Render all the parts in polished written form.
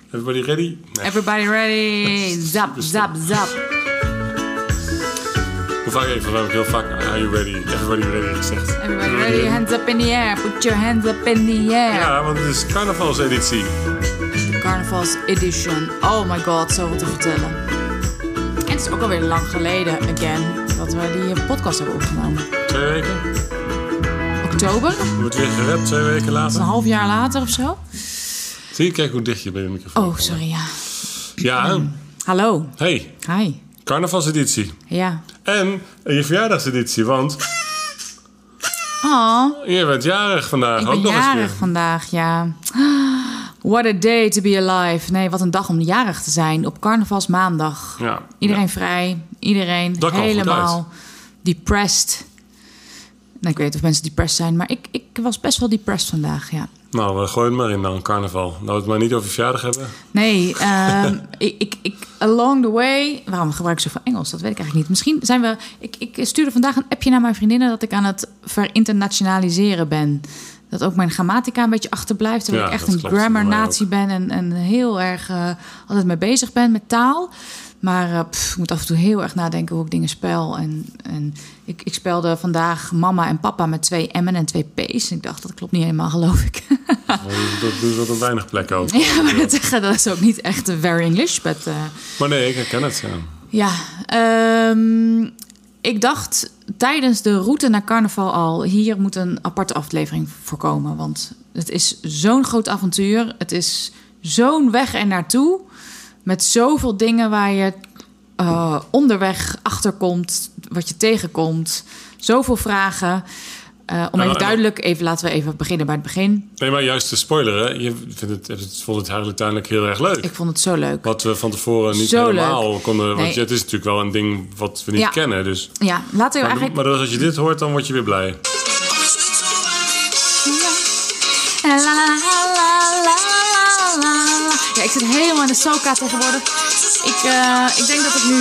Everybody ready? Nee. Everybody ready. Zap, zap, zap. Hoe vaak even? Heb ik heel vaak are you ready? Everybody ready gezegd. Everybody ready. Hands up in the air. Put your hands up in the air. Ja, want het is carnavalseditie. De carnavalsedition. Oh my god, zoveel te vertellen. En het is ook alweer lang geleden, again, dat we die podcast hebben opgenomen. 2 weken? Oktober? Wordt weer gered 2 weken Dat later. is een half jaar later of zo. Zie je, kijk hoe dicht je bij de microfoon. Oh, sorry, ja. Ja. Hallo. Hey, Hi. carnavalseditie. Ja. En je verjaardagseditie, want Oh, je bent jarig vandaag. ik ook ben nog eens jarig keer. vandaag, ja. What a day to be alive. Nee, wat een dag om jarig te zijn op carnavalsmaandag. Ja. Iedereen vrij, iedereen Dat kwam goed helemaal depressed. Nou, ik weet niet of mensen depressed zijn, maar ik was best wel depressed vandaag, ja. Nou, gooi het maar in dan, carnaval. Nou, we het maar niet over je verjaardag hebben. Nee, along the way... Waarom gebruik ik zoveel Engels? Dat weet ik eigenlijk niet. Misschien zijn we... Ik stuurde vandaag een appje naar mijn vriendinnen dat ik aan het verinternationaliseren ben. Dat ook mijn grammatica een beetje achterblijft. Terwijl Ja, ik echt dat een klopt, grammar-nazi ben en heel erg altijd mee bezig ben met taal. Maar ik moet af en toe heel erg nadenken hoe ik dingen spel. En ik spelde vandaag mama en papa met 2 M'en en 2 P's. Ik dacht, dat klopt niet helemaal, geloof ik. Dat doen ze op weinig plekken ook. Ja, maar dat is ook niet echt very English. Maar nee, ik herken het. Ja. Ja, ik dacht tijdens de route naar carnaval al... hier moet een aparte aflevering voorkomen. Want het is zo'n groot avontuur. Het is zo'n weg er naartoe... met zoveel dingen waar je onderweg achterkomt... wat je tegenkomt. Zoveel vragen... Om even duidelijk, laten we even beginnen bij het begin. Nee, maar juist te spoileren, vond het uiteindelijk heel erg leuk. Ik vond het zo leuk. Wat we van tevoren niet zo helemaal leuk. konden... Want Nee. het is natuurlijk wel een ding wat we niet kennen. Dus. Ja, laten we eigenlijk... Maar als je dit hoort, dan word je weer blij. Ja, ik zit helemaal in de soca tegenwoordig. Ik denk dat ik nu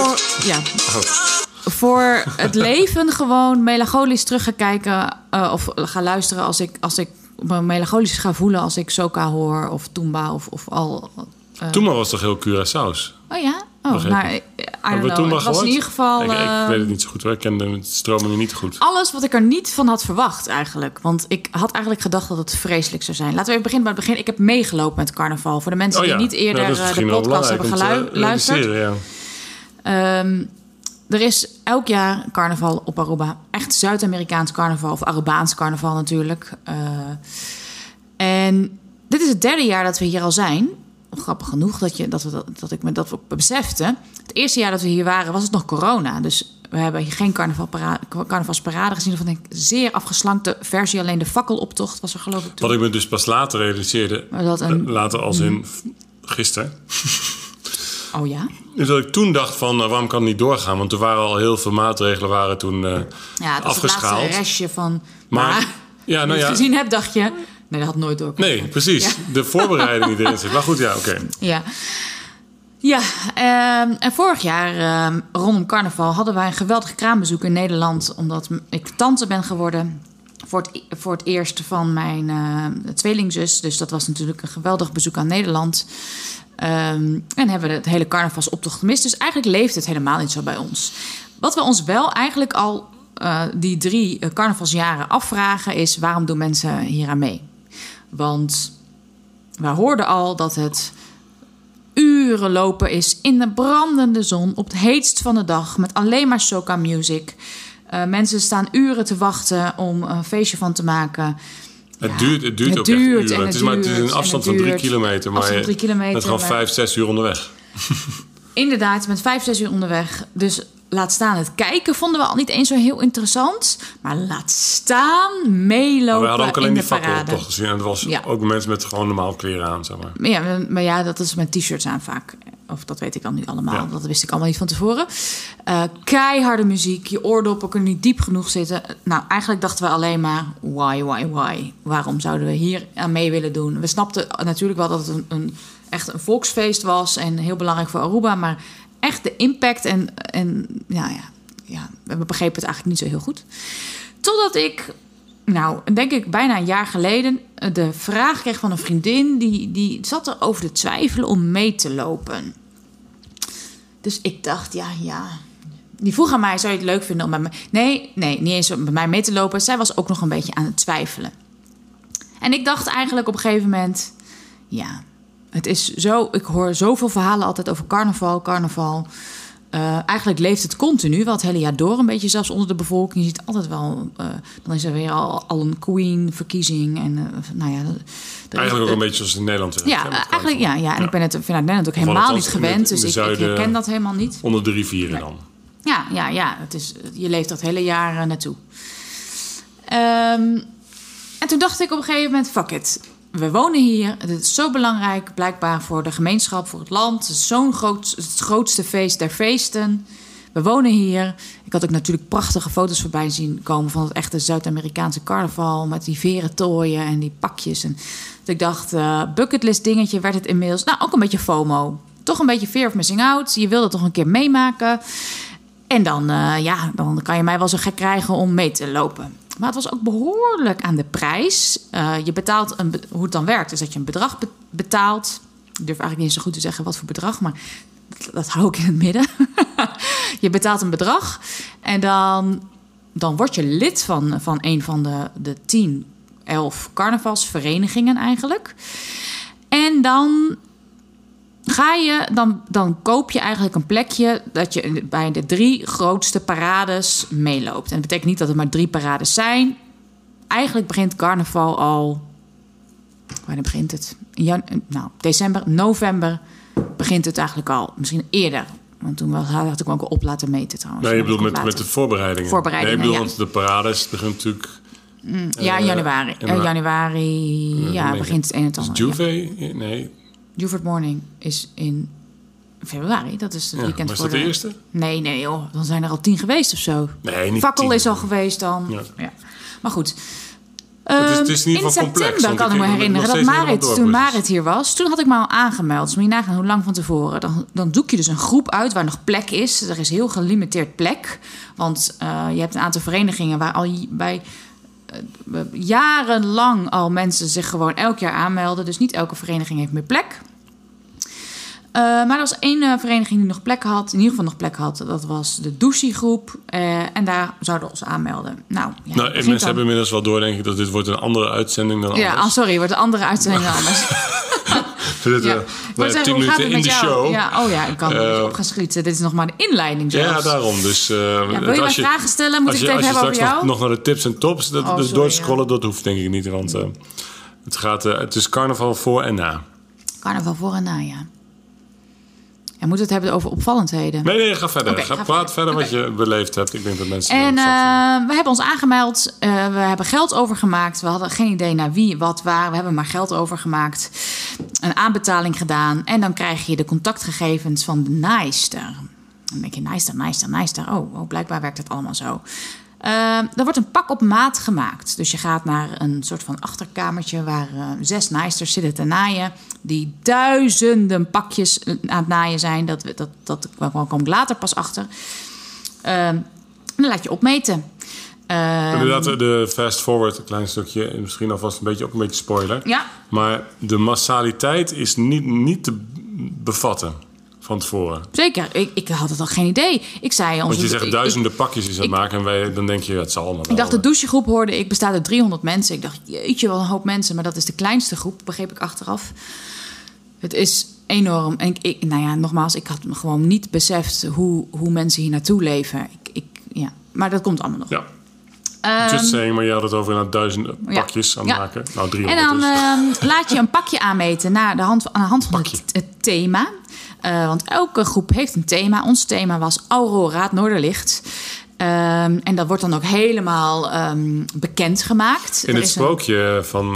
voor het leven gewoon melancholisch terug ga kijken... of ga luisteren als ik me melancholisch ga voelen... als ik soca hoor of Toomba of al... Toomba was toch heel Curaçao's? Oh ja? Oh, nou, I don't know. Toomba Het was in ieder geval... Ik weet het niet zo goed hoor. Ik ken de stromingen niet goed. Alles wat ik er niet van had verwacht eigenlijk. Want ik had eigenlijk gedacht dat het vreselijk zou zijn. Laten we even beginnen bij het begin. Ik heb meegelopen met carnaval. Voor de mensen die niet eerder de podcast hebben geluisterd. Ja. Er is elk jaar carnaval op Aruba. Echt Zuid-Amerikaans carnaval. Of Arubaans carnaval natuurlijk. En dit is het 3e jaar dat we hier al zijn. Grappig genoeg dat ik me dat besefte. Het eerste jaar dat we hier waren was het nog corona. Dus we hebben hier geen carnavalsparade gezien. Of een zeer afgeslankte versie. Alleen de fakkeloptocht was er geloof ik toen. Wat ik me dus pas later realiseerde. Later als in gisteren. Oh ja? Dus dat ik toen dacht van waarom kan het niet doorgaan? Want er waren al heel veel maatregelen het was afgeschaald. Het laatste restje van... Maar ja, nou ja. gezien hebt, dacht je... Nee, dat had nooit door. Nee, precies. Ja. De voorbereiding die erin zit. Maar goed, ja, oké. Ja. Ja, en vorig jaar rondom carnaval hadden wij een geweldig kraambezoek in Nederland. Omdat ik tante ben geworden voor het eerst van mijn tweelingzus. Dus dat was natuurlijk een geweldig bezoek aan Nederland. En hebben we het hele carnavalsoptocht gemist. Dus eigenlijk leeft het helemaal niet zo bij ons. Wat we ons wel eigenlijk al die 3 carnavalsjaren afvragen is... waarom doen mensen hier aan mee? Want we hoorden al dat het uren lopen is in de brandende zon... op het heetst van de dag met alleen maar soca music. Mensen staan uren te wachten om een feestje van te maken... Het duurt ook echt uren. Het is een afstand van 3 kilometer. Maar je bent gewoon 5-6 uur onderweg. Inderdaad, met 5-6 uur onderweg. Dus laat staan het kijken vonden we al niet eens zo heel interessant. Maar laat staan meelopen in de parade. We hadden ook alleen die fakkeloptocht gezien. En er was ook mensen met gewoon normaal kleren aan, zeg maar. Ja, maar ja, dat is met t-shirts aan vaak. Of dat weet ik dan nu allemaal. Ja. Dat wist ik allemaal niet van tevoren. Keiharde muziek. Je oordoppen kunnen niet diep genoeg zitten. Nou, eigenlijk dachten we alleen maar... Why? Waarom zouden we hier aan mee willen doen? We snapten natuurlijk wel dat het echt een volksfeest was. En heel belangrijk voor Aruba. Maar echt de impact we begrepen het eigenlijk niet zo heel goed. Totdat ik nou, denk ik bijna een jaar geleden... de vraag kreeg van een vriendin... die zat er over te twijfelen om mee te lopen. Dus ik dacht, ja... Die vroeg aan mij, zou je het leuk vinden om bij mij... Nee, niet eens om bij mij mee te lopen. Zij was ook nog een beetje aan het twijfelen. En ik dacht eigenlijk op een gegeven moment... ja, het is zo... Ik hoor zoveel verhalen altijd over carnaval. Eigenlijk leeft het continu, wel het hele jaar door... een beetje zelfs onder de bevolking. Je ziet altijd wel... dan is er weer al een queen-verkiezing. En eigenlijk ook een beetje zoals in Nederland. Ja, eigenlijk ja. En ik vind uit Nederland ook helemaal niet gewend. Dus ik herken dat helemaal niet. Onder de rivieren dan. Ja. Je leeft dat hele jaar naartoe. En toen dacht ik op een gegeven moment... fuck it, we wonen hier. Het is zo belangrijk, blijkbaar voor de gemeenschap, voor het land. Het is het grootste feest der feesten. We wonen hier. Ik had ook natuurlijk prachtige foto's voorbij zien komen... van het echte Zuid-Amerikaanse carnaval... met die veren tooien en die pakjes. En ik dacht, bucketlist dingetje werd het inmiddels. Nou, ook een beetje FOMO. Toch een beetje fear of missing out. Je wilde toch een keer meemaken... En dan kan je mij wel zo gek krijgen om mee te lopen. Maar het was ook behoorlijk aan de prijs. Je betaalt hoe het dan werkt, is dat je een bedrag betaalt. Ik durf eigenlijk niet zo goed te zeggen wat voor bedrag, maar dat hou ik in het midden. Je betaalt een bedrag en dan word je lid van een van de 10, 11 carnavalsverenigingen eigenlijk. En dan koop je eigenlijk een plekje dat je bij de 3 grootste parades meeloopt. En dat betekent niet dat er maar 3 parades zijn. Eigenlijk begint carnaval al... Wanneer begint het? December, november begint het eigenlijk al. Misschien eerder. Want toen had ik ook al op laten meten trouwens. Nee, je bedoelt met de voorbereidingen. Nee, ik bedoel, want de parades begint natuurlijk... januari. Januari, begint het een en ander. Juve? Nee... Juford Morning is in februari. Dat is het weekend voor de... Was dat de eerste? Nee joh. Dan zijn er al 10 geweest of zo. Nee, niet Fakkel 10. is al geweest dan. Ja. Maar goed. Het is in ieder geval september complex, kan ik me herinneren dat toen Marit hier was... toen had ik me al aangemeld. Dus moet je nagaan hoe lang van tevoren. Dan zoek je dus een groep uit waar nog plek is. Er is heel gelimiteerd plek. Want je hebt een aantal verenigingen waar al bij... jarenlang al mensen zich gewoon elk jaar aanmelden. Dus niet elke vereniging heeft meer plek. Maar er was 1 vereniging die nog plek had. In ieder geval nog plek had. Dat was de Douchy-groep. En daar zouden we ons aanmelden. Mensen hebben inmiddels wel door, denk ik... dat dit wordt een andere uitzending dan anders. Ja, sorry, wordt een andere uitzending dan anders. We 10 minuten in de show. Ja, ik kan er een beetje op gaan schieten. Dit is nog maar de inleiding zelfs. Ja, daarom. Dus, wil je mij vragen stellen? Moet ik het even hebben over jou? Als je nog naar de tips en tops doorscrollen... dat hoeft denk ik niet. Want het is carnaval voor en na. Carnaval voor en na, ja. En moeten we het hebben over opvallendheden? Nee, ga verder. Praat verder wat je beleefd hebt. Ik denk dat mensen... En we hebben ons aangemeld. We hebben geld overgemaakt. We hadden geen idee naar wie, wat, waar. We hebben maar geld overgemaakt. Een aanbetaling gedaan. En dan krijg je de contactgegevens van de naaister. Dan denk je, naaister. Oh, blijkbaar werkt het allemaal zo. Er wordt een pak op maat gemaakt. Dus je gaat naar een soort van achterkamertje... waar 6 naaisters zitten te naaien... die duizenden pakjes aan het naaien zijn. Dat kwam ik later pas achter. En dan laat je opmeten. Inderdaad, de fast forward, een klein stukje... misschien alvast ook een beetje spoiler. Ja. Maar de massaliteit is niet te bevatten... van tevoren. Zeker, ik had het al geen idee. Ik zei want je zegt duizenden pakjes is aan het maken... en dan denk je, het zal allemaal wel. Ik dacht, de douchegroep hoorde ik, bestaat uit 300 mensen. Ik dacht, jeetje, wat een hoop mensen. Maar dat is de kleinste groep, begreep ik achteraf. Het is enorm. En nogmaals, ik had gewoon niet beseft... hoe mensen hier naartoe leven. Maar dat komt allemaal nog. Ja. Just saying, maar je had het over inderdaad duizenden pakjes aan maken. Nou, 300 en dan laat je een pakje aanmeten... aan de hand van het thema... want elke groep heeft een thema. Ons thema was Aurora, het Noorderlicht. En dat wordt dan ook helemaal bekendgemaakt. In het sprookje van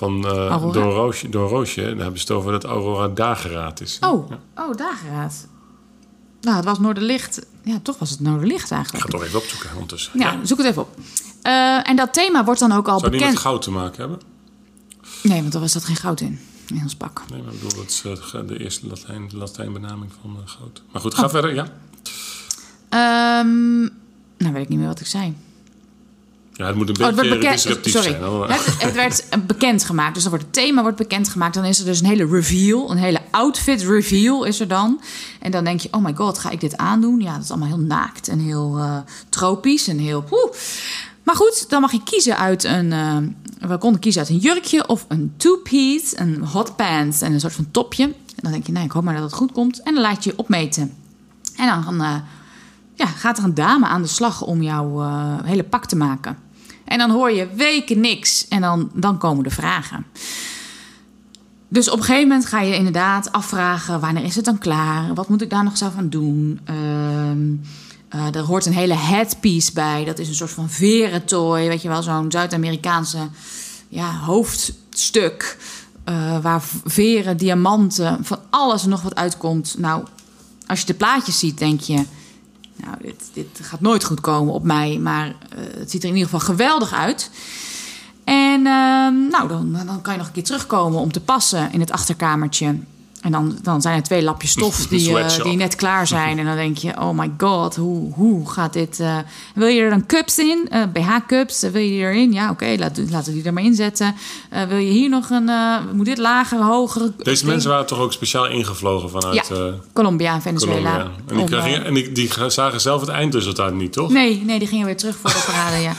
Don Roosje... daar hebben ze het over dat Aurora dageraad is. Dageraad. Nou, het was Noorderlicht. Ja, toch was het Noorderlicht eigenlijk. Ik ga het toch even opzoeken ondertussen. Ja, zoek het even op. En dat thema wordt dan ook al bekend. Zou die met goud te maken hebben? Nee, want er was dat geen goud in ons pak. Nee, maar ik bedoel, dat is de eerste Latijn-benaming van goud. Maar goed, ga verder, ja. Nou, weet ik niet meer wat ik zei. Ja, het moet een beetje disruptief zijn. Het werd bekendgemaakt. Dus dan wordt het thema bekendgemaakt. Dan is er dus een hele reveal. Een hele outfit reveal is er dan. En dan denk je, oh my god, ga ik dit aandoen? Ja, dat is allemaal heel naakt en heel tropisch en heel... Maar goed, dan mag je kiezen uit we konden kiezen uit een jurkje of een two-piece, een hot pants en een soort van topje. En dan denk je, ik hoop maar dat het goed komt. En dan laat je je opmeten. En dan gaat er een dame aan de slag om jouw hele pak te maken. En dan hoor je weken niks. En dan komen de vragen. Dus op een gegeven moment ga je inderdaad afvragen... wanneer is het dan klaar? Wat moet ik daar nog zelf aan doen? Er hoort een hele headpiece bij. Dat is een soort van verentooi. Weet je wel, zo'n Zuid-Amerikaanse hoofdstuk... waar veren, diamanten, van alles en nog wat uitkomt. Nou, als je de plaatjes ziet, denk je... Nou, dit gaat nooit goed komen op mij. Maar het ziet er in ieder geval geweldig uit. En dan kan je nog een keer terugkomen om te passen in het achterkamertje. En dan zijn er 2 lapjes stof die net klaar zijn. En dan denk je, oh my god, hoe gaat dit? Wil je er dan cups in? BH-cups, wil je die erin? Ja, oké, laten we die er maar in zetten. Wil je hier nog moet dit lager, hoger? Deze mensen waren toch ook speciaal ingevlogen vanuit... Colombia en Venezuela. Colombia. En die zagen zelf het eindresultaat niet, toch? Nee, die gingen weer terug voor de parade,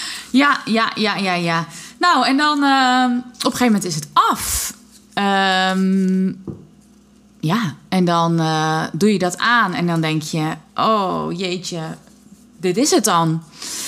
Ja. Nou, en dan op een gegeven moment is het af. En dan doe je dat aan en dan denk je... oh jeetje, dit is het dan.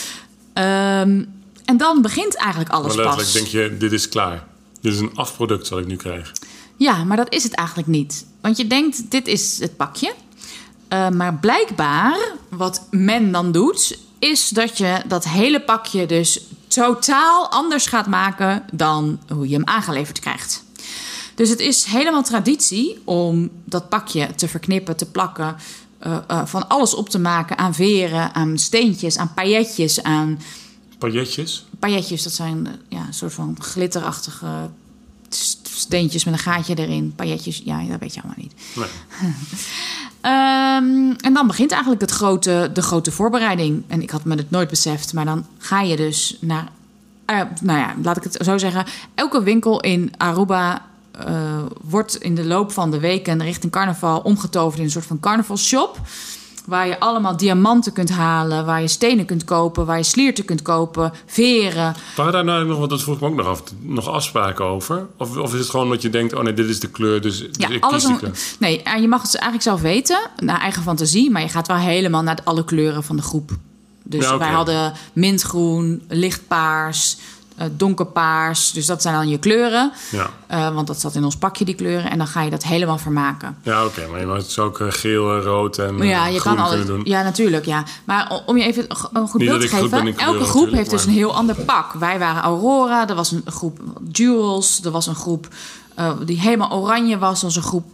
En dan begint eigenlijk alles maar pas. Denk je, dit is klaar. Dit is een afproduct wat ik nu krijg. Ja, maar dat is het eigenlijk niet. Want je denkt, dit is het pakje. Maar blijkbaar, wat men dan doet... is dat je dat hele pakje dus totaal anders gaat maken... dan hoe je hem aangeleverd krijgt. Dus het is helemaal traditie om dat pakje te verknippen, te plakken... van alles op te maken aan veren, aan steentjes, aan pailletjes, aan... Pailletjes? Pailletjes, dat zijn een soort van glitterachtige steentjes met een gaatje erin. Pailletjes, dat weet je allemaal niet. Nee. En dan begint eigenlijk de grote voorbereiding. En ik had me het nooit beseft, maar dan ga je dus naar... laat ik het zo zeggen. Elke winkel in Aruba... wordt in de loop van de weken richting carnaval omgetoverd in een soort van carnavalshop. Waar je allemaal diamanten kunt halen, waar je stenen kunt kopen, waar je slierten kunt kopen, veren. Waren daar nou nog, want dat vroeg ik me ook nog af, nog afspraken over? Of is het gewoon dat je denkt, oh nee, dit is de kleur, dus ik kies die kleur? Nee, je mag het eigenlijk zelf weten, naar eigen fantasie, maar je gaat wel helemaal naar alle kleuren van de groep. Dus wij hadden mintgroen, lichtpaars, donkerpaars. Dus dat zijn dan je kleuren. Ja. Want dat zat in ons pakje, die kleuren. En dan ga je dat helemaal vermaken. Ja, oké. Maar je mag het ook geel, rood en je groen kan kunnen doen. Ja, natuurlijk. Ja. Maar om je even een goed beeld te geven. Elke groep heeft dus een heel ander pak. Wij waren Aurora. Er was een groep Jewels. Er was een groep die helemaal oranje was. Er was een groep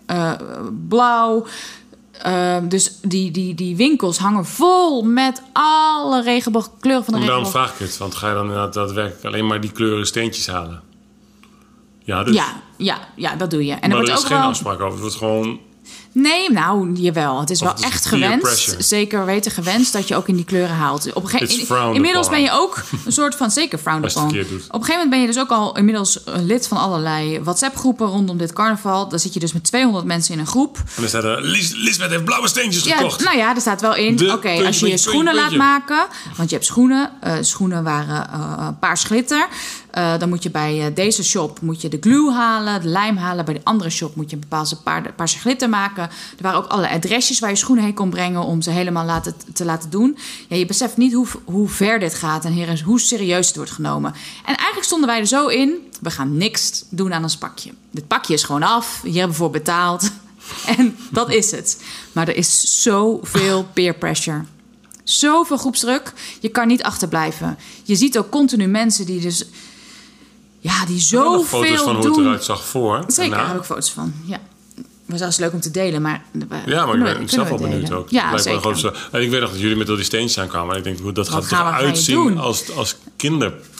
blauw. Dus die winkels hangen vol met alle regenboogkleuren van de regenboog. Daarom vraag ik het, want ga je dan inderdaad daadwerkelijk alleen maar die kleuren steentjes halen? Ja, dus... ja, dat doe je. En maar er is geen afspraak over, het wordt gewoon... Nee, nou, jawel. Het is wel echt gewenst. Pressure. Zeker weten gewenst dat je ook in die kleuren haalt. Inmiddels ben je ook een soort van... Zeker frowned upon. Op een gegeven moment ben je dus ook al inmiddels lid van allerlei WhatsApp-groepen rondom dit carnaval. Dan zit je dus met 200 mensen in een groep. En dan staat er, Lisbeth heeft blauwe steentjes gekocht. Nou ja, er staat wel in, oké, als je je schoenen laat maken... Want je hebt schoenen. Schoenen waren paars glitter. Dan moet je bij deze shop de glue halen, de lijm halen. Bij de andere shop moet je een bepaalde paarse glitter maken. Er waren ook allerlei adresjes waar je schoenen heen kon brengen... om ze helemaal te laten doen. Ja, je beseft niet hoe ver dit gaat en hoe serieus het wordt genomen. En eigenlijk stonden wij er zo in... we gaan niks doen aan ons pakje. Dit pakje is gewoon af. Hier hebben we voor betaald. En dat is het. Maar er is zoveel peer pressure. Zoveel groepsdruk. Je kan niet achterblijven. Je ziet ook continu mensen die dus... Ja, die zoveel doen. Foto's van hoe het eruit zag voor. Zeker, daar heb ik foto's van, ja. Maar zelfs leuk om te delen, maar... Ja, maar ik ben zelf wel benieuwd ook. Ja, zeker. En ik weet nog dat jullie met al die steentjes aankwamen. Ik denk, dat gaat er uitzien als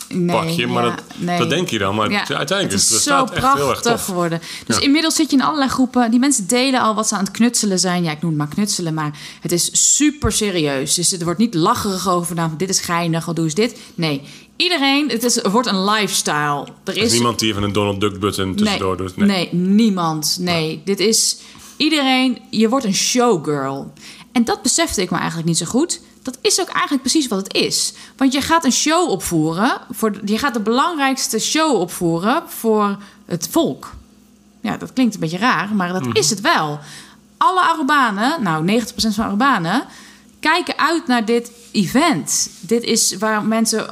pakje. Maar dat denk je dan. Maar uiteindelijk het is zo prachtig geworden. Dus inmiddels zit je in allerlei groepen. Die mensen delen al wat ze aan het knutselen zijn. Ja, ik noem het maar knutselen. Maar het is super serieus. Dus er wordt niet lacherig over. Nou, dit is geinig. Of doe eens dit. Nee. Iedereen, het wordt een lifestyle. Er is niemand die even een Donald Duck button tussendoor doet. Nee, niemand. Nee, dit is iedereen. Je wordt een showgirl. En dat besefte ik me eigenlijk niet zo goed. Dat is ook eigenlijk precies wat het is. Want je gaat een show opvoeren. Je gaat de belangrijkste show opvoeren voor het volk. Ja, dat klinkt een beetje raar, maar dat is het wel. Alle Arubanen, nou 90% van Arubanen, kijken uit naar dit event. Dit is waar mensen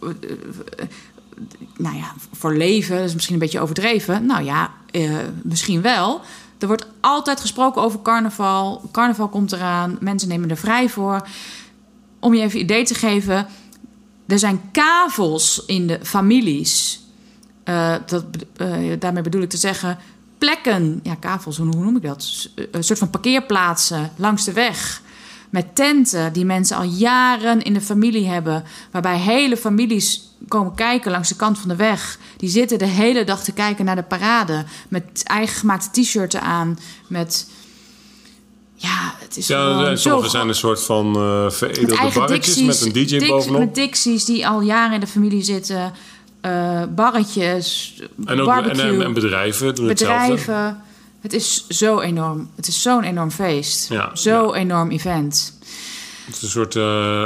voor leven. Dat is misschien een beetje overdreven. Nou ja, misschien wel. Er wordt altijd gesproken over carnaval. Carnaval komt eraan. Mensen nemen er vrij voor. Om je even een idee te geven. Er zijn kavels in de families. Daarmee bedoel ik te zeggen plekken. Ja, kavels, hoe noem ik dat? Een soort van parkeerplaatsen langs de weg. Met tenten die mensen al jaren in de familie hebben. Waarbij hele families komen kijken langs de kant van de weg. Die zitten de hele dag te kijken naar de parade. Met eigen gemaakte t-shirten aan. Met... Ja, het is en sommige zijn een soort van veredelde barretjes met een DJ bovenop. Met Dixies die al jaren in de familie zitten. Barretjes, barbecue. En bedrijven doen hetzelfde. Het is zo enorm. Het is zo'n enorm feest. Enorm event. Het is een soort...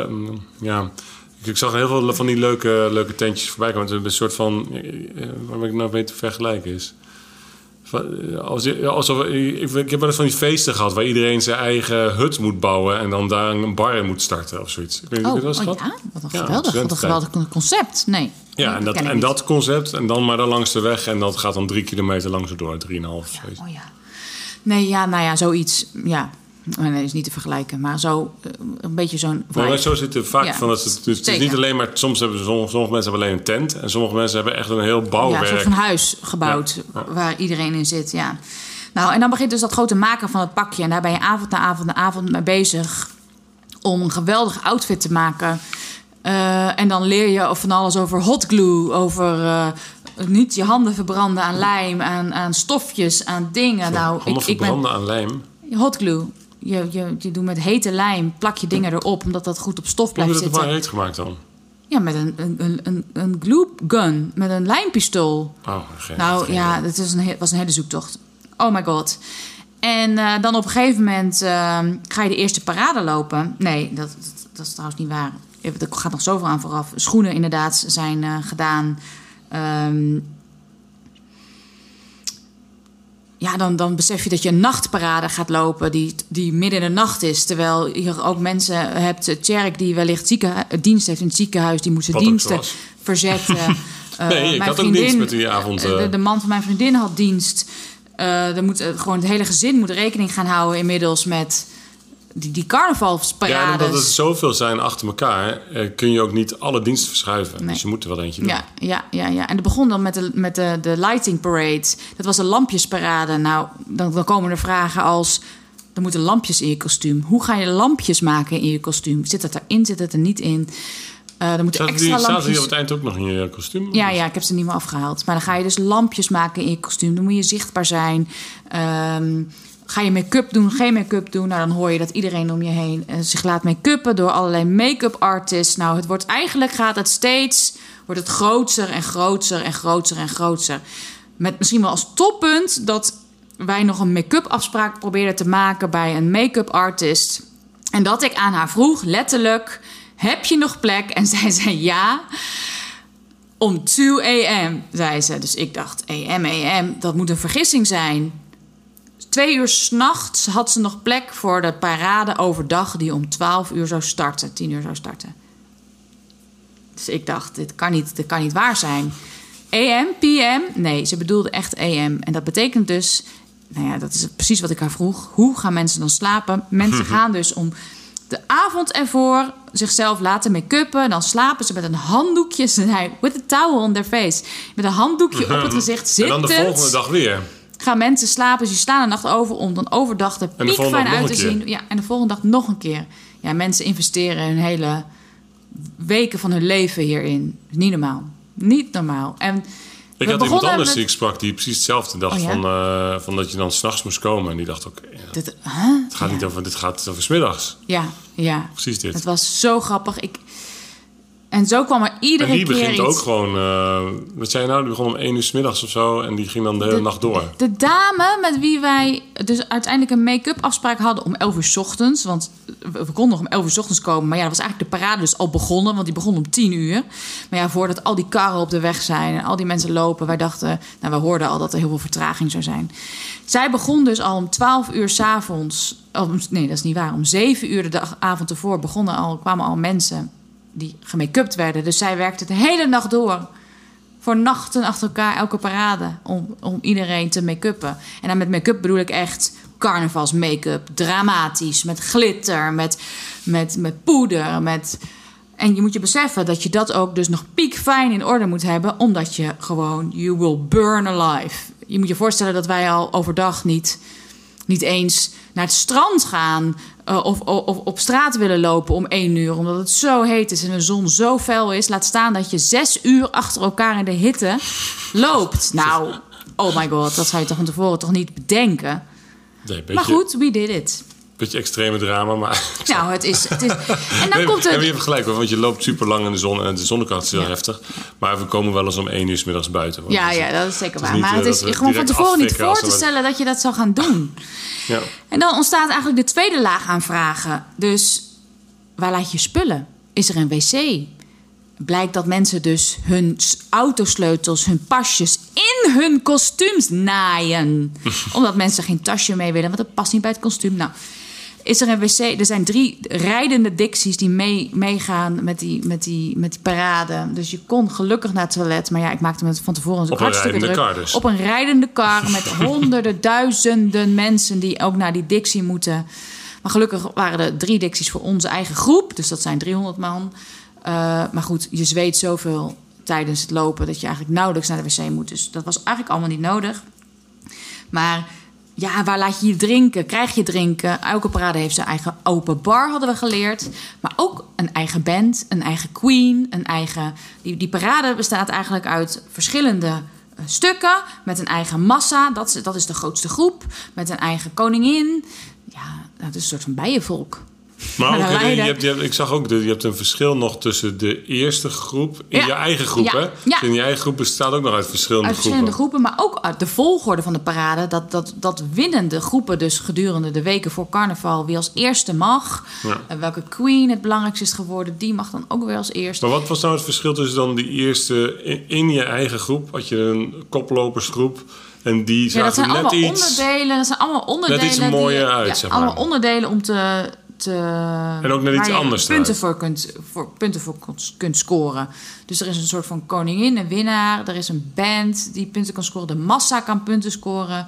Ik zag heel veel van die leuke tentjes voorbij komen. Het is een soort van... waar ik nou mee te vergelijken is... Ik heb wel eens van die feesten gehad waar iedereen zijn eigen hut moet bouwen en dan daar een bar in moet starten of zoiets. Ik weet niet of je dat gehad. Ja, wat een geweldig concept. Nee. Ja, dat concept en dan maar dan langs de weg en dat gaat dan 3 kilometer langs door, 3,5. Nee, zoiets. Ja. Nee, dat is niet te vergelijken, maar zo een beetje zo'n vibe. Maar zo zit het vaak van. Het is niet alleen maar. Soms hebben sommige mensen hebben alleen een tent en sommige mensen hebben echt een heel bouwwerk. Ja, een soort van huis gebouwd waar iedereen in zit. Ja. Nou, en dan begint dus dat grote maken van het pakje en daar ben je avond na avond na avond mee bezig om een geweldig outfit te maken. En dan leer je van alles over hot glue, over niet je handen verbranden aan lijm, aan stofjes, aan dingen. Handen verbranden aan lijm. Hot glue. Je doet met hete lijm, plak je dingen erop, omdat dat goed op stof blijft zitten. Hoe heb je het maar heet gemaakt dan? Ja, met een glue gun, met een lijmpistool. Het was een hele zoektocht. Oh my god. En dan op een gegeven moment ga je de eerste parade lopen. Nee, dat is trouwens niet waar. Er gaat nog zoveel aan vooraf. Schoenen inderdaad zijn gedaan. Dan besef je dat je een nachtparade gaat lopen die midden in de nacht is. Terwijl je ook mensen hebt. Tjerk die wellicht dienst heeft in het ziekenhuis. Die moet zijn diensten verzetten. Nee, ik had ook dienst met die avond. De man van mijn vriendin had dienst. Gewoon het hele gezin moet rekening gaan houden inmiddels met die carnavalsparades. Ja, omdat het zoveel zijn achter elkaar, kun je ook niet alle diensten verschuiven. Nee. Dus je moet er wel eentje doen. Ja. En het begon dan met de lighting parade. Dat was een lampjesparade. Nou, dan komen er vragen als... er moeten lampjes in je kostuum. Hoe ga je lampjes maken in je kostuum? Zit het erin? Zit het er niet in? Er moeten extra lampjes... Zaten die op het eind ook nog in je kostuum? Ja, ik heb ze niet meer afgehaald. Maar dan ga je dus lampjes maken in je kostuum. Dan moet je zichtbaar zijn. Ga je make-up doen, geen make-up doen? Nou, dan hoor je dat iedereen om je heen zich laat make-uppen door allerlei make-up artists. Nou, wordt het steeds groter en groter en groter en groter. Met misschien wel als toppunt dat wij nog een make-up afspraak probeerden te maken bij een make-up artist. En dat ik aan haar vroeg, letterlijk, heb je nog plek? En zij zei ja. Om 2 a.m., zei ze. Dus ik dacht, a.m., dat moet een vergissing zijn. 2 uur 's nachts had ze nog plek voor de parade overdag die om 12 uur zou starten, 10 uur zou starten. Dus ik dacht, dit kan niet waar zijn. AM, PM? Nee, ze bedoelde echt AM. En dat betekent dus, dat is precies wat ik haar vroeg. Hoe gaan mensen dan slapen? Mensen gaan dus om de avond ervoor zichzelf laten make-uppen. Dan slapen ze met een handdoekje. Ze zei, with a towel on their face. Met een handdoekje op het gezicht zittend. En dan de volgende dag weer. Gaan mensen slapen, dus die slaan de nacht over om dan overdag er piekfijn uit te zien. Ja, en de volgende dag nog een keer. Ja, mensen investeren hun hele weken van hun leven hierin. Niet normaal. Niet normaal. En ik had iemand anders die ik sprak die precies hetzelfde dacht. Van dat je dan 's nachts moest komen. En die dacht ook, het gaat niet over, dit gaat over 's middags. Ja. Precies dit. Het was zo grappig. En zo kwam er iedere keer iets. En die begint ook gewoon... wat zei je nou? Die begon om 1 uur 's middags of zo. En die ging dan de hele nacht door. De dame met wie wij dus uiteindelijk een make-up afspraak hadden om 11 uur 's ochtends. Want we konden nog om 11 uur 's ochtends komen. Maar ja, dat was eigenlijk de parade dus al begonnen. Want die begon om 10 uur. Maar ja, voordat al die karren op de weg zijn en al die mensen lopen. Wij dachten, we hoorden al dat er heel veel vertraging zou zijn. Zij begon dus al om 12 uur 's avonds. Nee, dat is niet waar. Om 7 uur de avond ervoor kwamen al mensen die gemake-upt werden. Dus zij werkte de hele nacht door. Voor nachten achter elkaar, elke parade. Om iedereen te make-uppen. En dan met make-up bedoel ik echt carnavals make-up. Dramatisch. Met glitter. Met poeder. En je moet je beseffen dat je dat ook dus nog piekfijn in orde moet hebben. Omdat je gewoon... You will burn alive. Je moet je voorstellen dat wij al overdag niet eens naar het strand gaan... Of op straat willen lopen om 1 uur... omdat het zo heet is en de zon zo fel is. Laat staan dat je 6 uur achter elkaar in de hitte loopt. Nou, oh my god, dat zou je toch van tevoren toch niet bedenken? Nee, maar goed, we did it. Beetje extreme drama, maar... Nou, het is... En dan komt het... En je hebt gelijk, want je loopt super lang in de zon... en de zonnekracht is heel heftig. Maar we komen wel eens om 1 uur 's middags buiten. Ja, dat is zeker waar. Maar het is gewoon van tevoren niet voor te stellen... dat je dat zou gaan doen. Ja. En dan ontstaat eigenlijk de tweede laag aan vragen. Dus waar laat je spullen? Is er een wc? Blijkt dat mensen dus hun autosleutels, hun pasjes... in hun kostuums naaien. Omdat mensen geen tasje mee willen... want dat past niet bij het kostuum. Nou... Is er een wc? Er zijn 3 rijdende Dixies die meegaan met die parade. Dus je kon gelukkig naar het toilet. Maar ja, ik maakte me van tevoren ook hartstikke druk. Kar dus. Op een rijdende kar met honderden, duizenden mensen die ook naar die Dixie moeten. Maar gelukkig waren er 3 Dixies voor onze eigen groep. Dus dat zijn 300 man. Maar goed, je zweet zoveel tijdens het lopen dat je eigenlijk nauwelijks naar de wc moet. Dus dat was eigenlijk allemaal niet nodig. Maar... ja, waar laat je je drinken? Krijg je drinken? Elke parade heeft zijn eigen open bar, hadden we geleerd. Maar ook een eigen band, een eigen queen, een eigen... Die parade bestaat eigenlijk uit verschillende stukken... met een eigen massa, dat is de grootste groep... met een eigen koningin. Ja, dat is een soort van bijenvolk. Maar ook, ik zag ook, je hebt een verschil nog tussen de eerste groep... in je eigen groep, hè? Ja. In je eigen groep bestaat ook nog uit verschillende groepen. Maar ook uit de volgorde van de parade. Dat winnen de groepen dus gedurende de weken voor carnaval... wie als eerste mag. Ja. Welke queen het belangrijkste is geworden... die mag dan ook weer als eerste. Maar wat was nou het verschil tussen dan die eerste... in je eigen groep had je een koplopersgroep... En die zagen dat zijn net allemaal iets... onderdelen. Dat zijn allemaal onderdelen... Net iets mooier uit, zeg maar. Allemaal onderdelen om te en ook net iets anders punten voor kunt scoren. Dus er is een soort van koningin, een winnaar. Er is een band die punten kan scoren. De massa kan punten scoren.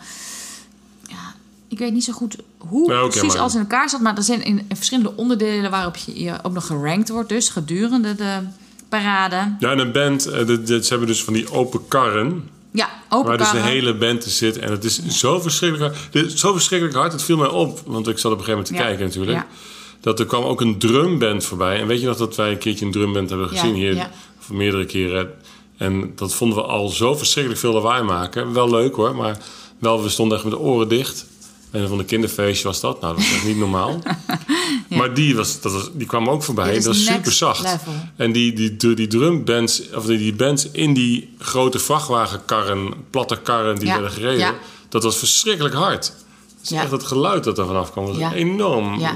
Ja, ik weet niet zo goed hoe precies alles in elkaar zat. Maar er zijn in verschillende onderdelen waarop je ook nog gerankt wordt. Dus gedurende de parade. Ja, en een band, ze hebben dus van die open karren... Ja, open waar karren. Dus de hele band zit. En het is zo verschrikkelijk hard. Het viel mij op, want ik zat op een gegeven moment te kijken natuurlijk. Ja. Dat er kwam ook een drumband voorbij. En weet je nog dat wij een keertje een drumband hebben gezien hier? Ja. Voor meerdere keren. En dat vonden we al zo verschrikkelijk veel lawaai maken. Wel leuk hoor, maar we stonden echt met de oren dicht. En van een kinderfeestje was dat. Nou, dat was echt niet normaal. Ja. Maar die kwam ook voorbij. Dat was super zacht. Level. En die drumbands, of die bands in die grote vrachtwagenkarren, platte karren die werden gereden, ja. Dat was verschrikkelijk hard. Dus echt het geluid dat er vanaf kwam, was enorm. Ja.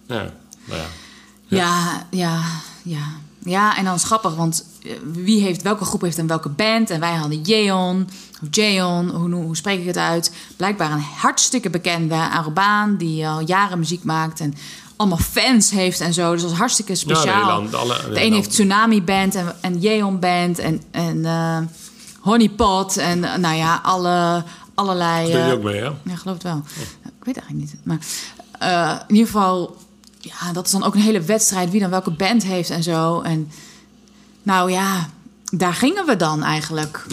Ja, en dan is het grappig, want welke groep heeft dan welke band? En wij hadden Jeon, hoe spreek ik het uit? Blijkbaar een hartstikke bekende Arabaan die al jaren muziek maakt en allemaal fans heeft en zo. Dus dat is hartstikke speciaal. De een heeft Tsunami Band en Jeon Band en Honeypot en nou ja, allerlei... Speel je ook mee, hè? Ja, geloof het wel. Oh. Ik weet eigenlijk niet. Maar in ieder geval... Ja, dat is dan ook een hele wedstrijd wie dan welke band heeft en zo. En nou ja, daar gingen we dan eigenlijk.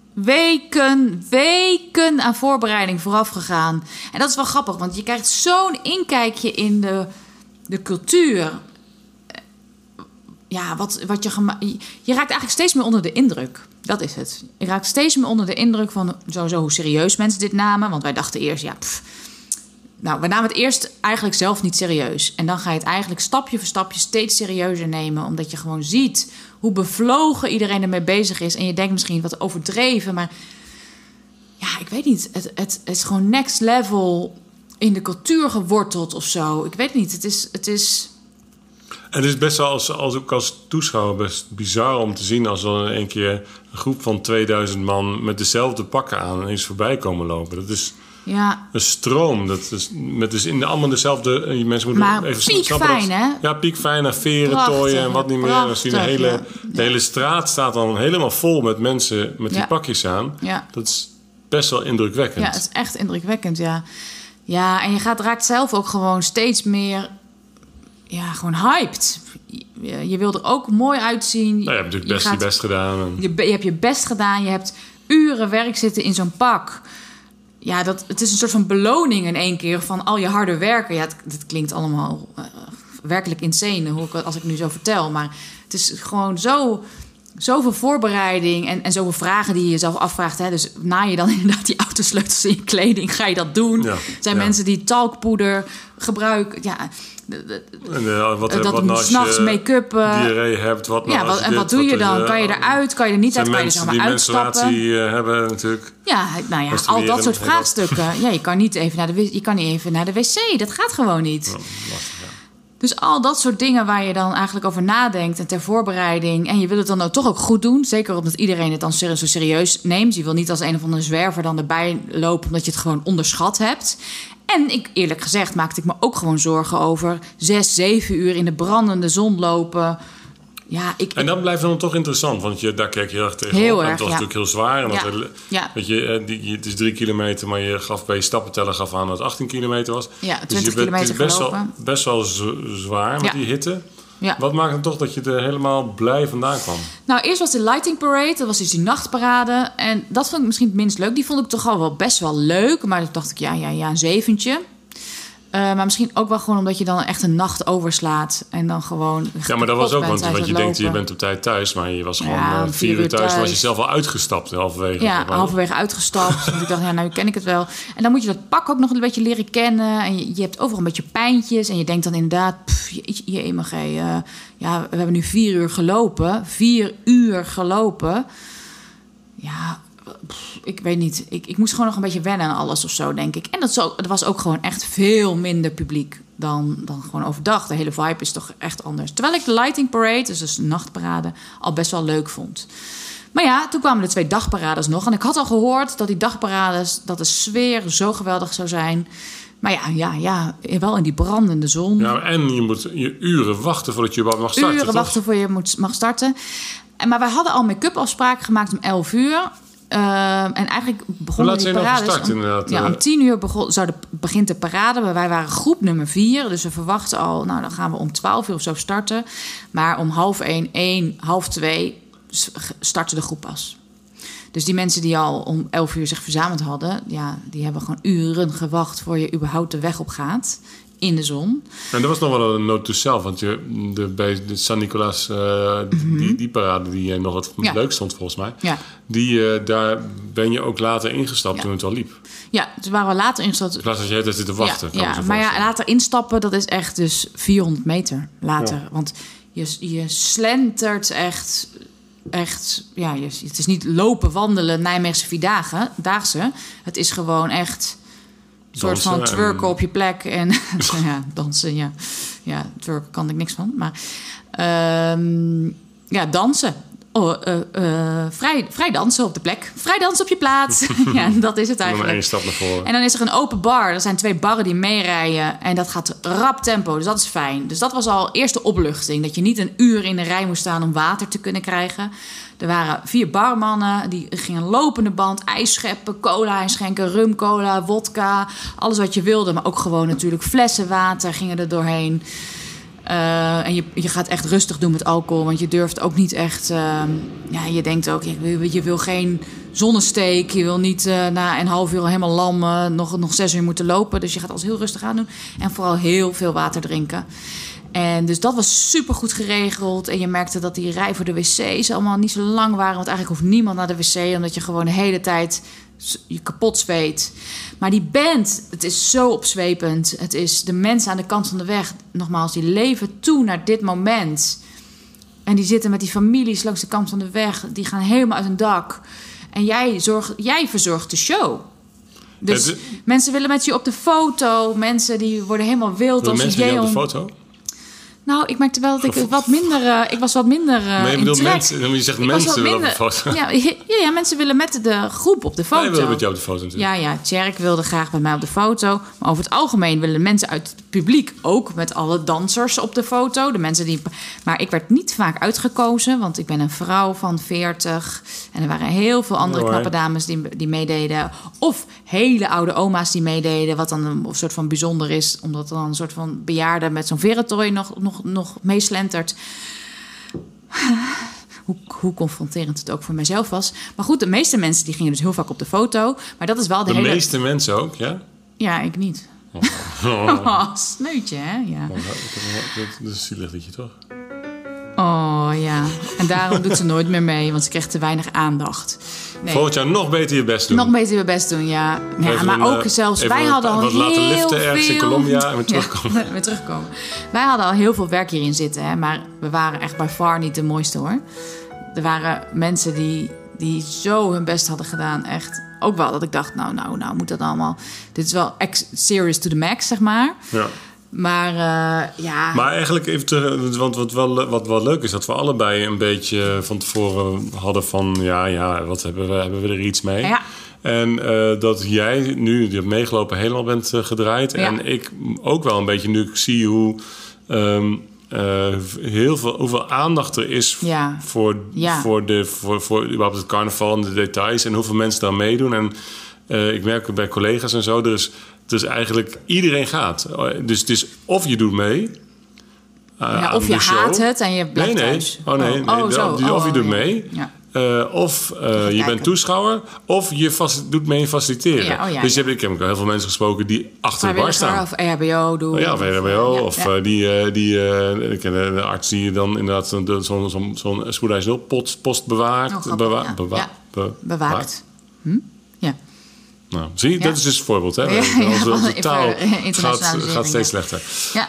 Weken aan voorbereiding vooraf gegaan. En dat is wel grappig, want je krijgt zo'n inkijkje in de cultuur. Ja, je raakt eigenlijk steeds meer onder de indruk. Dat is het. Ik raakte steeds meer onder de indruk van sowieso hoe serieus mensen dit namen. Want wij dachten eerst, Nou, we namen het eerst eigenlijk zelf niet serieus. En dan ga je het eigenlijk stapje voor stapje steeds serieuzer nemen. Omdat je gewoon ziet hoe bevlogen iedereen ermee bezig is. En je denkt misschien wat overdreven. Maar ja, ik weet niet. Het is gewoon next level in de cultuur geworteld of zo. Ik weet niet. Het is... En het is best wel ook als toeschouwer best bizar om te zien... als er in één keer een groep van 2000 man met dezelfde pakken aan eens voorbij komen lopen. Dat is... Ja. Een stroom. Dat is met dus allemaal dezelfde... Mensen moeten maar even piekfijn, hè? Ja, piekfijn, naar veren, tooien en wat niet meer. Dan zie je de hele straat staat dan helemaal vol met mensen met die pakjes aan. Ja. Dat is best wel indrukwekkend. Ja, het is echt indrukwekkend, ja. Ja, en je raakt zelf ook gewoon steeds meer... Ja, gewoon hyped. Je wil er ook mooi uitzien. Nou, je hebt natuurlijk je best gedaan. Je hebt je best gedaan. Je hebt uren werk zitten in zo'n pak... Ja, het is een soort van beloning in één keer van al je harde werken. Ja, het klinkt allemaal werkelijk insane als ik nu zo vertel. Maar het is gewoon zoveel voorbereiding en zoveel vragen die je jezelf afvraagt. Hè? Dus na je dan inderdaad die autosleutels in je kleding, ga je dat doen? Ja, er zijn mensen die talkpoeder gebruiken. Ja, wat 's nachts make-up. Diarree hebt, wat nou. Ja, en wat doe je dan? Kan je eruit? Kan je er niet uit? Kan je er zomaar uitstappen? Zijn mensen die hebben natuurlijk. Ja, nou ja, al dat soort vraagstukken. Ja, je kan niet even naar de wc. Dat gaat gewoon niet. Oh, lastig, ja. Dus al dat soort dingen waar je dan eigenlijk over nadenkt en ter voorbereiding. En je wil het dan ook toch ook goed doen. Zeker omdat iedereen het dan zo serieus neemt. Je wil niet als een of andere zwerver dan erbij lopen omdat je het gewoon onderschat hebt. En eerlijk gezegd maakte ik me ook gewoon zorgen over 6, 7 uur in de brandende zon lopen. Ja, en dat blijft dan toch interessant, want daar kijk je heel erg tegenop. Heel erg, het was natuurlijk heel zwaar. En weet je, het is 3 kilometer, maar je gaf bij je stappenteller aan dat het 18 kilometer was. Ja, 20 kilometer gelopen. Best wel zwaar met die hitte. Ja. Wat maakt het toch dat je er helemaal blij vandaan kwam? Nou, eerst was de Lighting Parade. Dat was dus die nachtparade. En dat vond ik misschien het minst leuk. Die vond ik toch al wel best wel leuk. Maar toen dacht ik, een 7'tje. Maar misschien ook wel gewoon omdat je dan echt een nacht overslaat. En dan gewoon... Ja, maar dat was ook, want je denkt, je bent op tijd thuis. Maar je was gewoon 4 uur thuis. Dan was je zelf al uitgestapt halverwege. Ja, halverwege uitgestapt. Want ik dacht, nu ken ik het wel. En dan moet je dat pak ook nog een beetje leren kennen. En je hebt overal een beetje pijntjes. En je denkt dan inderdaad, we hebben nu 4 uur gelopen. 4 uur gelopen. Ja... Ik weet niet. Ik moest gewoon nog een beetje wennen aan alles of zo, denk ik. En dat was ook gewoon echt veel minder publiek dan gewoon overdag. De hele vibe is toch echt anders. Terwijl ik de Lighting Parade, dus de nachtparade, al best wel leuk vond. Maar ja, toen kwamen de 2 dagparades nog. En ik had al gehoord dat die dagparades, dat de sfeer zo geweldig zou zijn. Maar ja, wel in die brandende zon. Ja, en je moet je uren wachten voordat je überhaupt mag starten. Uren wachten voor je mag starten. Maar wij hadden al make-up afspraken gemaakt om 11 uur. En eigenlijk begonnen die parades... om 10 uur begint de parade. Maar wij waren groep nummer 4. Dus we verwachten al... dan gaan we om 12 uur of zo starten. Maar om 1:30, 1:30 startte de groep pas. Dus die mensen die al om 11 uur zich verzameld hadden... die hebben gewoon uren gewacht... voor je überhaupt de weg op gaat... in de zon. En dat was nog wel een note to self. Want bij de Saint-Nicolas, die parade die nog het leukst stond volgens mij. Ja. Daar ben je ook later ingestapt toen het al liep. Ja, dus waren we later ingestapt. In plaats van dat je zitten te wachten. Ja, maar later instappen, dat is echt dus 400 meter later. Ja. Want je slentert echt... het is niet lopen, wandelen, Nijmeegse Vierdaagse. Het is gewoon echt... Een soort van twerken op je plek en dansen. Ja, twerken kan ik niks van. Maar dansen. Vrij dansen op de plek. Vrij dansen op je plaats. Ja, dat is het eigenlijk. Dan 1 stap naar voren. En dan is er een open bar. Er zijn 2 barren die meerijden. En dat gaat rap tempo. Dus dat is fijn. Dus dat was al eerste opluchting. Dat je niet een uur in de rij moest staan om water te kunnen krijgen. Er waren 4 barmannen. Die gingen lopende band. Ijs scheppen, cola inschenken. Rum, cola, wodka. Alles wat je wilde. Maar ook gewoon natuurlijk flessen water gingen er doorheen. En je gaat echt rustig doen met alcohol. Want je durft ook niet echt... je denkt ook, je wil geen zonnesteek. Je wil niet na een half uur helemaal lam nog 6 uur moeten lopen. Dus je gaat alles heel rustig aan doen. En vooral heel veel water drinken. En dus dat was supergoed geregeld. En je merkte dat die rij voor de wc's allemaal niet zo lang waren. Want eigenlijk hoeft niemand naar de wc. Omdat je gewoon de hele tijd je kapot zweet. Maar die band, het is zo opzwepend. Het is de mensen aan de kant van de weg. Nogmaals, die leven toe naar dit moment. En die zitten met die families langs de kant van de weg. Die gaan helemaal uit hun dak. En jij verzorgt de show. Dus mensen willen met je op de foto. Mensen die worden helemaal wild. Als mensen willen op de foto? Nou, ik merkte wel dat ik wat minder... ik was wat minder maar je bedoelt mensen... Je zegt mensen willen op de foto. Ja, mensen willen met de groep op de foto. Nee, willen met jou op de foto natuurlijk. Ja, Tjerk wilde graag met mij op de foto. Maar over het algemeen willen mensen uit het publiek ook met alle dansers op de foto. De mensen die... Maar ik werd niet vaak uitgekozen, want ik ben een vrouw van 40. En er waren heel veel andere knappe dames die meededen. Of hele oude oma's die meededen. Wat dan een soort van bijzonder is. Omdat er dan een soort van bejaarde met zo'n verentooi nog meeslentert. Hoe confronterend het ook voor mijzelf was. Maar goed, de meeste mensen die gingen dus heel vaak op de foto. Maar dat is wel de meeste mensen ook, ja? Ja, ik niet. Sneutje, hè? Ja. Dat is zielig dat je toch? Oh ja, en daarom doet ze nooit meer mee, want ze krijgt te weinig aandacht. Nee. Volgend jaar nog beter je best doen. Nog beter je best doen, ja. Maar ook zelfs, wij hadden al heel laten liften ergens in Colombia en weer terugkomen. Ja, weer terugkomen. Wij hadden al heel veel werk hierin zitten, hè, maar we waren echt by far niet de mooiste, hoor. Er waren mensen die zo hun best hadden gedaan, echt. Ook wel dat ik dacht, nou, moet dat allemaal... Dit is wel serious to the max, zeg maar. Ja. Maar ja... Maar eigenlijk even terug... Want wat wel leuk is... dat we allebei een beetje van tevoren hadden van... Ja, wat hebben we er iets mee? Ja. En dat jij nu, die hebt meegelopen, helemaal bent gedraaid. Ja. En ik ook wel een beetje, nu ik zie hoe... hoeveel aandacht er is voor überhaupt het carnaval en de details... en hoeveel mensen daar meedoen. En ik merk bij collega's en zo... Dus eigenlijk iedereen gaat. Dus het is of je doet mee... of je haat het en je blijft thuis. Of je doet mee... Ja. Of je bent toeschouwer... of je doet mee in faciliteren. Ja, dus ik heb ook heel veel mensen gesproken... die achter de bar staan. Of EHBO doen. Of EHBO. Of ik ken een arts die dan inderdaad... zo'n spoedeisende post bewaakt. Bewaakt. Ja. Nou, zie, dat is dus een voorbeeld. Hè? Onze taal gaat steeds slechter.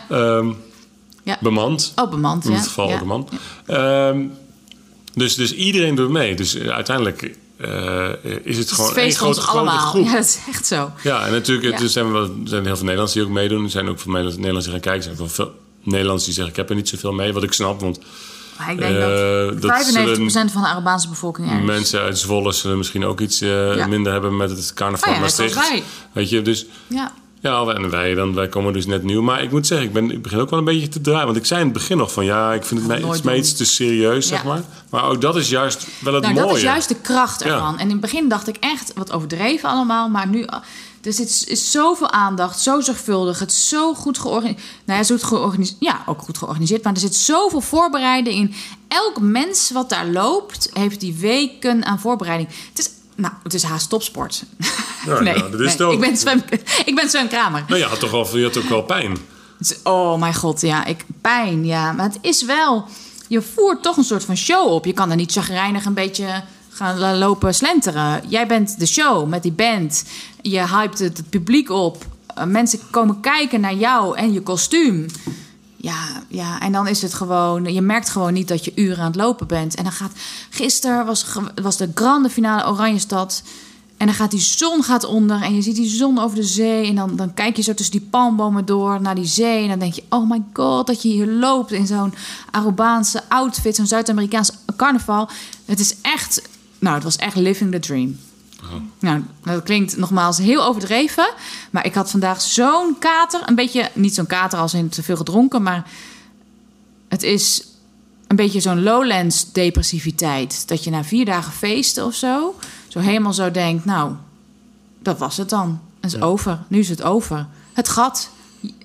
Ja. Bemand. Bemand, in dit geval ook een man. Ja. Dus iedereen doet mee. Dus uiteindelijk is het gewoon één grote groep. Ja, dat is echt zo. Ja, en natuurlijk er zijn heel veel Nederlanders die ook meedoen. Er zijn ook veel Nederlanders die gaan kijken. Er zijn ook veel Nederlanders die zeggen... ik heb er niet zoveel mee, wat ik snap. Want maar ik denk dat 95% van de Arubaanse bevolking er is. Mensen uit Zwolle zullen misschien ook iets minder hebben met het carnaval Maastricht. Weet je, dus... Ja, en wij komen dus net nieuw. Maar ik moet zeggen, ik begin ook wel een beetje te draaien. Want ik zei in het begin nog van... ik vind het mij iets te serieus, zeg maar. Maar ook dat is juist wel het mooie. Dat is juist de kracht ervan. En in het begin dacht ik echt wat overdreven allemaal. Maar nu... Dus het is zoveel aandacht, zo zorgvuldig. Het is zo goed georganiseerd. Ja, ook goed georganiseerd. Maar er zit zoveel voorbereiding in. Elk mens wat daar loopt... heeft die weken aan voorbereiding. Het is haast topsport. Dat is het ook. Ik ben Sven Kramer. Nou, je had ook wel pijn. Oh mijn god, pijn, ja. Maar het is wel... Je voert toch een soort van show op. Je kan er niet chagrijnig een beetje gaan lopen slenteren. Jij bent de show met die band. Je hypt het publiek op. Mensen komen kijken naar jou en je kostuum. Ja, en dan is het gewoon... Je merkt gewoon niet dat je uren aan het lopen bent. En dan gisteren was de grande finale Oranjestad. En dan gaat die zon onder. En je ziet die zon over de zee. En dan kijk je zo tussen die palmbomen door naar die zee. En dan denk je, oh my god, dat je hier loopt in zo'n Arubaanse outfit. Zo'n Zuid-Amerikaans carnaval. Het is echt... het was echt living the dream. Oh. Nou, dat klinkt nogmaals heel overdreven. Maar ik had vandaag zo'n kater. Een beetje, niet zo'n kater als in te veel gedronken. Maar het is een beetje zo'n lowlands depressiviteit. Dat je na 4 dagen feesten of zo helemaal zo denkt... dat was het dan. Het is over. Nu is het over. Het gat.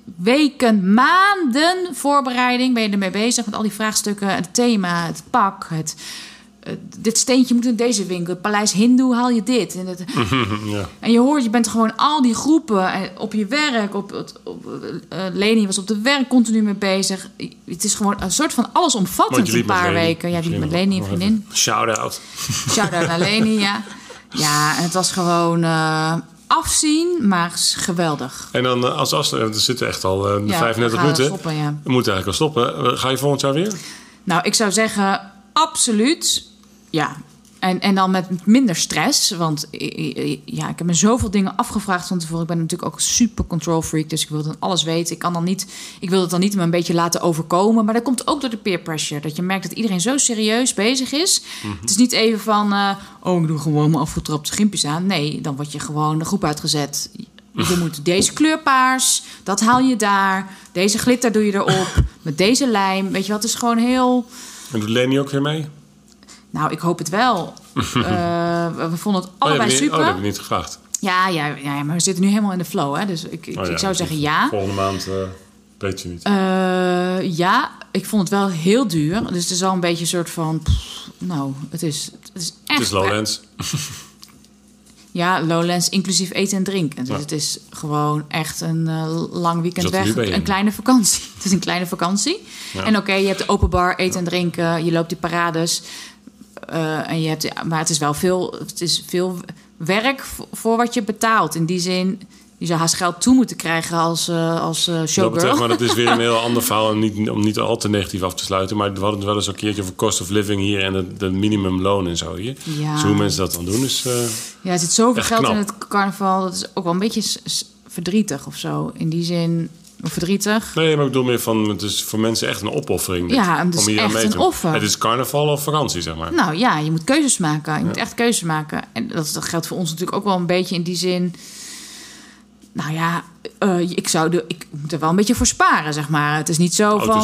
weken, maanden voorbereiding ben je ermee bezig met al die vraagstukken, het thema, het pak, dit steentje moet in deze winkel, het Paleis Hindoe haal je dit. En je bent gewoon al die groepen op je werk, Leni was op de werk continu mee bezig. Het is gewoon een soort van allesomvattend een paar weken. Ja, die liep met Leni, een vriendin. Shout-out naar Leni, ja. Ja, en het was gewoon afzien, maar geweldig. En dan we zitten echt al 35 minuten. Stoppen, ja. We moeten eigenlijk al stoppen. Ga je volgend jaar weer? Nou, ik zou zeggen, absoluut. Ja. En dan met minder stress. Want ik heb me zoveel dingen afgevraagd van tevoren. Ik ben natuurlijk ook super control freak. Dus ik wil dan alles weten. Ik wil het dan niet me een beetje laten overkomen. Maar dat komt ook door de peer pressure. Dat je merkt dat iedereen zo serieus bezig is. Mm-hmm. Het is niet even van... ik doe gewoon mijn afgetrapte gimpjes aan. Nee, dan word je gewoon de groep uitgezet. Je moet deze kleur paars. Dat haal je daar. Deze glitter doe je erop. Met deze lijm. Weet je wat, het is gewoon heel... En doet Leni ook weer mee? Nou, ik hoop het wel. We vonden het allebei super. Dat heb ik niet gevraagd. Ja, maar we zitten nu helemaal in de flow. Hè? Dus ik zou zeggen ja. Volgende maand weet je niet. Ja, ik vond het wel heel duur. Dus het is al een beetje een soort van... het is echt... Het is Lowlands. Ja, Lowlands inclusief eten en drinken. Dus het is gewoon echt een lang weekend weg. Een kleine vakantie. Het is een kleine vakantie. Ja. En je hebt de open bar, eten en drinken. Je loopt die parades. Maar het is wel veel werk voor wat je betaalt. In die zin, je zou haast geld toe moeten krijgen als showgirl. Maar dat is weer een heel ander verhaal. En om niet al te negatief af te sluiten. Maar we hadden het wel eens een keertje over cost of living hier... en de minimumloon en zo hier. Ja. Dus hoe mensen dat dan doen is er zit zoveel geld knap in het carnaval. Dat is ook wel een beetje verdrietig of zo. In die zin... Of verdrietig. Nee, maar ik bedoel meer van... Het is voor mensen echt een opoffering. Ja, het is echt een offer. Het is carnaval of vakantie, zeg maar. Nou ja, je moet keuzes maken. Je moet echt keuzes maken. En dat geldt voor ons natuurlijk ook wel een beetje in die zin... Nou ja, ik moet er wel een beetje voor sparen, zeg maar. Het is niet zo van...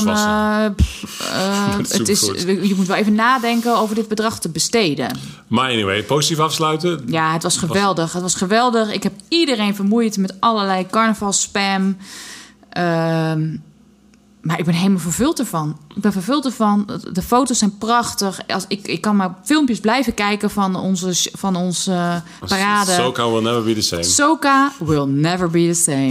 je moet wel even nadenken over dit bedrag te besteden. Maar anyway, positief afsluiten. Ja, het was geweldig. Het was geweldig. Ik heb iedereen vermoeid met allerlei carnavalspam. Maar ik ben helemaal vervuld ervan. De foto's zijn prachtig. Ik kan maar filmpjes blijven kijken van onze parade. Soca will never be the same. Soca will never be the same.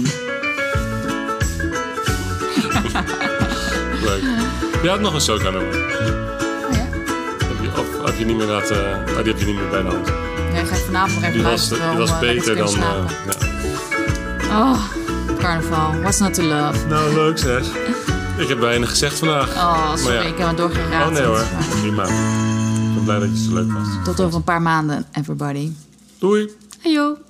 Leuk. Je had nog een Soca nummer. Oh ja? Of heb je niet meer die heb je niet meer bij de hand. Nee, ga ik vanavond nog even luisteren. Die was beter dan... Oh, carnaval. What's not to love? Nou, leuk zeg. Ik heb weinig gezegd vandaag. Oh, sorry, ik heb het doorgeraad. Oh nee hoor, prima. Ik ben blij dat je het zo leuk was. Tot over een paar maanden, everybody. Doei. Hey joh.